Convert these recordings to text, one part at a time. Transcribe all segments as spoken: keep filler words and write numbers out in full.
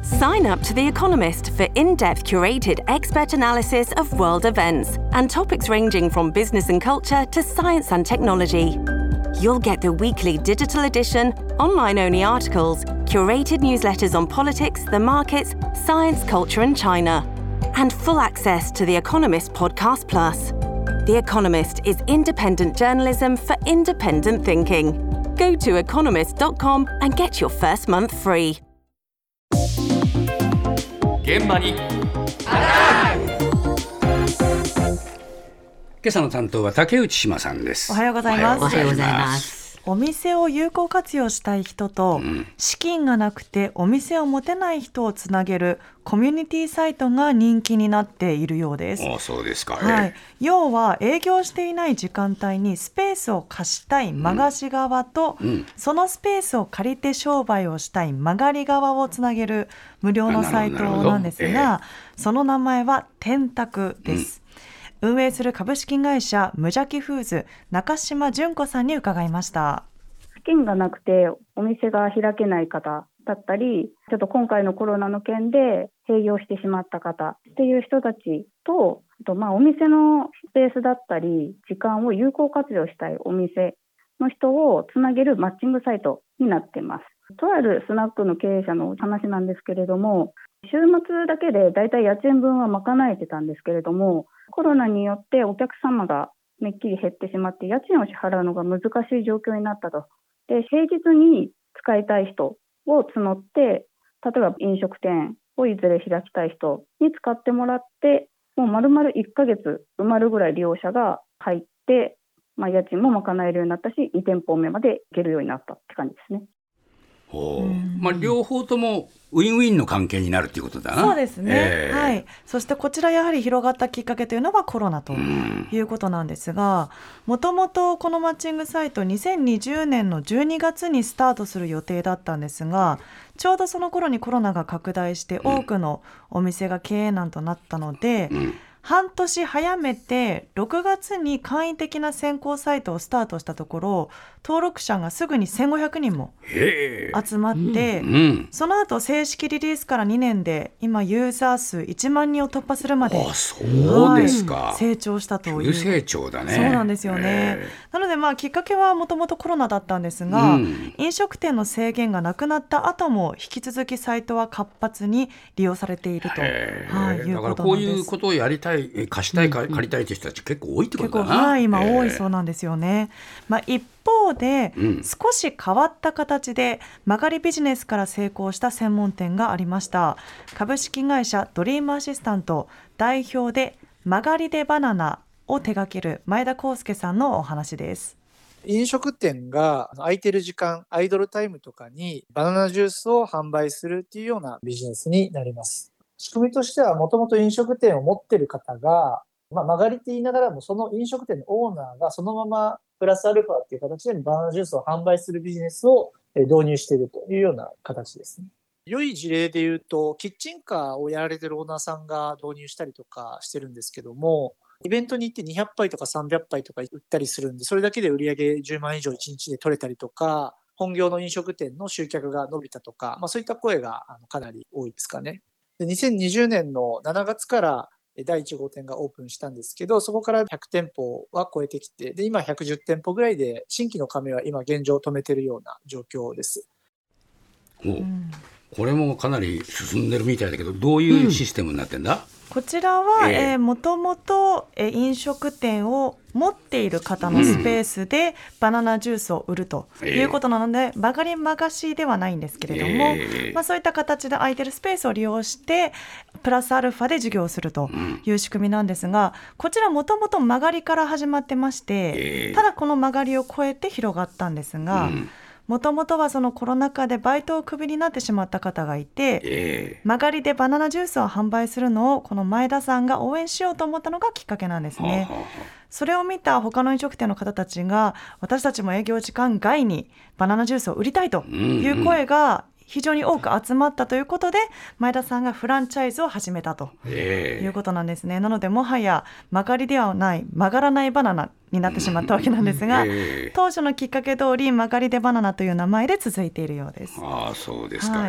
Sign up to The Economist for in-depth curated expert analysis of world events and topics ranging from business and culture to science and technology. You'll get the weekly digital edition, online-only articles, curated newsletters on politics, the markets, science, culture and China, and full access to The Economist Podcast Plus. The Economist is independent journalism for independent thinking. Go to economist dot com and get your first month free. 現場に今朝の担当は竹内志麻さんです。 おはようございます。 おはようございます。 お店を有効活用したい人と、うん、資金がなくてお店を持てない人をつなげるコミュニティサイトが人気になっているようです。 あ、そうですか、 はい、要は営業していない時間帯にスペースを貸したい間貸し側と、うんうん、そのスペースを借りて商売をしたい間借り側をつなげる無料のサイトなんですが、えー、その名前は天卓です。うん、運営する株式会社無邪気フーズ中島純子さんに伺いました。 資金がなくてお店が開けない方だったり、ちょっと今回のコロナの件で閉業してしまった方っていう人たちと、あとまあお店のスペースだったり時間を有効活用したいお店の人をつなげるマッチングサイトになっています。とあるスナックの経営者の話なんですけれども、週末だけでだいたい家賃分は賄えてたんですけれども、コロナによってお客様がめっきり減ってしまって家賃を支払うのが難しい状況になったと。で、平日に使いたい人を募って、例えば飲食店をいずれ開きたい人に使ってもらって、もう丸々いっかげつ埋まるぐらい利用者が入って、まあ、家賃も賄えるようになったし、に店舗目まで行けるようになったって感じですね。 ほう、まあ、両方ともウィンウィンの関係になるということだな。 そうですね、えーはい、そしてこちらやはり広がったきっかけというのはコロナということなんですが、もともとこのマッチングサイトにせんにじゅうねんのじゅうにがつにスタートする予定だったんですが、ちょうどその頃にコロナが拡大して多くのお店が経営難となったので、うんうん、半年早めてろくがつに簡易的な先行サイトをスタートしたところ、登録者がすぐにせんごひゃくにんも集まって、うんうん、その後正式リリースからにねんで今ユーザー数いちまんにんを突破するまで、 あ、そうですか、 はい、成長したという。 急成長だね。 そうなんですよね。なのでまあきっかけはもともとコロナだったんですが、うん、飲食店の制限がなくなった後も引き続きサイトは活発に利用されていると、はい、いうことなんです。 だからこういうことをやりたい、貸したい、借りたいという人たち結構多いってことだな。 結構、はい、今多いそうなんですよね。まあ、一方で、うん、少し変わった形で間借りビジネスから成功した専門店がありました。株式会社ドリームアシスタント代表で間借りでバナナを手掛ける前田康介さんのお話です。 飲食店が空いてる時間、アイドルタイムとかにバナナジュースを販売するっていうようなビジネスになります。仕組みとしてはもともと飲食店を持ってる方が、まあ、間借りって言いながらもその飲食店のオーナーがそのままプラスアルファっていう形でバナナジュースを販売するビジネスを導入しているというような形ですね。良い事例で言うと、キッチンカーをやられてるオーナーさんが導入したりとかしてるんですけども、イベントに行ってにひゃくぱいとかさんびゃくぱいとか売ったりするんで、それだけで売り上げじゅうまん以上いちにちで取れたりとか、本業の飲食店の集客が伸びたとか、まあ、そういった声がかなり多いですかね。でにせんにじゅうねんのしがつからだいいち号店がオープンしたんですけど、そこからひゃく店舗は超えてきて、で今ひゃくじゅう店舗ぐらいで新規の加盟は今現状止めてるような状況です。 お、うん、これもかなり進んでるみたいだけど、どういうシステムになってんだ？うん、 こちらは、えー、もともと、えー、飲食店を持っている方のスペースでバナナジュースを売るということなので、間借り間貸しではないんですけれども、えーまあ、そういった形で空いてるスペースを利用してプラスアルファで事業をするという仕組みなんですが、こちらもともと間借りから始まってまして、えー、ただこの間借りを超えて広がったんですが、うんもともとはそのコロナ禍でバイトをクビになってしまった方がいて、えー、間借りでバナナジュースを販売するのをこの前田さんが応援しようと思ったのがきっかけなんですね。はあはあ、それを見た他の飲食店の方たちが、私たちも営業時間外にバナナジュースを売りたいという声が非常に多く集まったということで、前田さんがフランチャイズを始めたということなんですね。なのでもはや間借りではない曲がらないバナナになってしまったわけなんですが、えー、当初のきっかけ通り間借りでバナナという名前で続いているようです。 ああ、そうですか、 はい、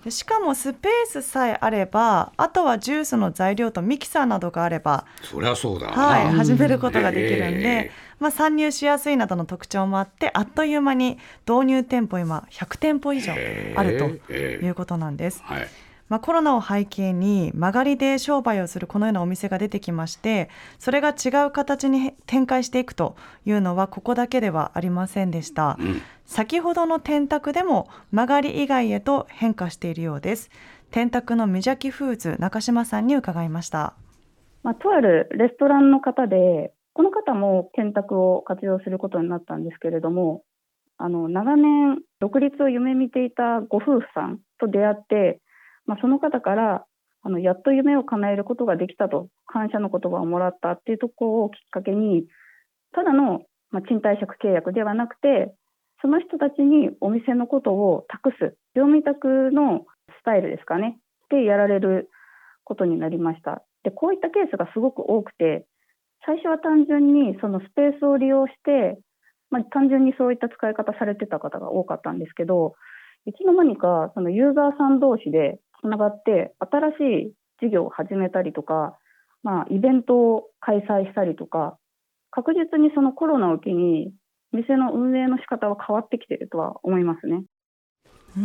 でしかもスペースさえあれば、あとはジュースの材料とミキサーなどがあれば、 そりゃそうだ、 はい、始めることができるんで、 えーまあ、参入しやすいなどの特徴もあって、あっという間に導入店舗今ひゃくてんぽ以上あるということなんです。 はい。 まあ、コロナを背景に曲がりで商売をするこのようなお店が出てきまして、それが違う形に展開していくというのはここだけではありませんでした、うん、先ほどの天卓でも曲がり以外へと変化しているようです。天卓のミジャキフーズ中島さんに伺いました。 まあ、とあるレストランの方で、この方も天卓を活用することになったんですけれども、あの長年独立を夢見ていたご夫婦さんと出会って、まあ、その方からあのやっと夢を叶えることができたと感謝の言葉をもらったっていうところをきっかけに、ただの、まあ、賃貸借契約ではなくて、その人たちにお店のことを託す業務委託のスタイルですかねでやられることになりました。でこういったケースがすごく多くて、最初は単純にそのスペースを利用して、まあ、単純にそういった使い方されてた方が多かったんですけど、いつの間にかそのユーザーさん同士でつながって新しい事業を始めたりとか、まあ、イベントを開催したりとか、確実にそのコロナを機に店の運営の仕方は変わってきているとは思いますね。 うん、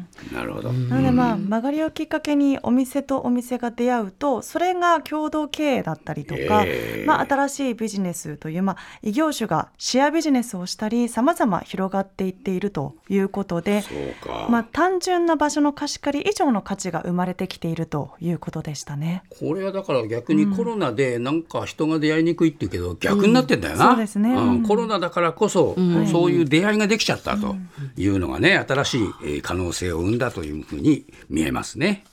なるほど。 なので、まあ、曲がりをきっかけにお店とお店が出会うと、それが共同経営だったりとか、 えーまあ、新しいビジネスという、まあ、異業種がシェアビジネスをしたり様々広がっていっているということで、 そうか、 まあ、単純な場所の貸し借り以上の価値が生まれてきているということでしたね。 これはだから逆にコロナでなんか人が出会いにくいっていうけど、逆になってんだよな、 うん、そうですね、 うんうん、 コロナだからこそ、うん、そういう出会いができちゃったというのがね、新しい可能性を生んだというふうに見えますね。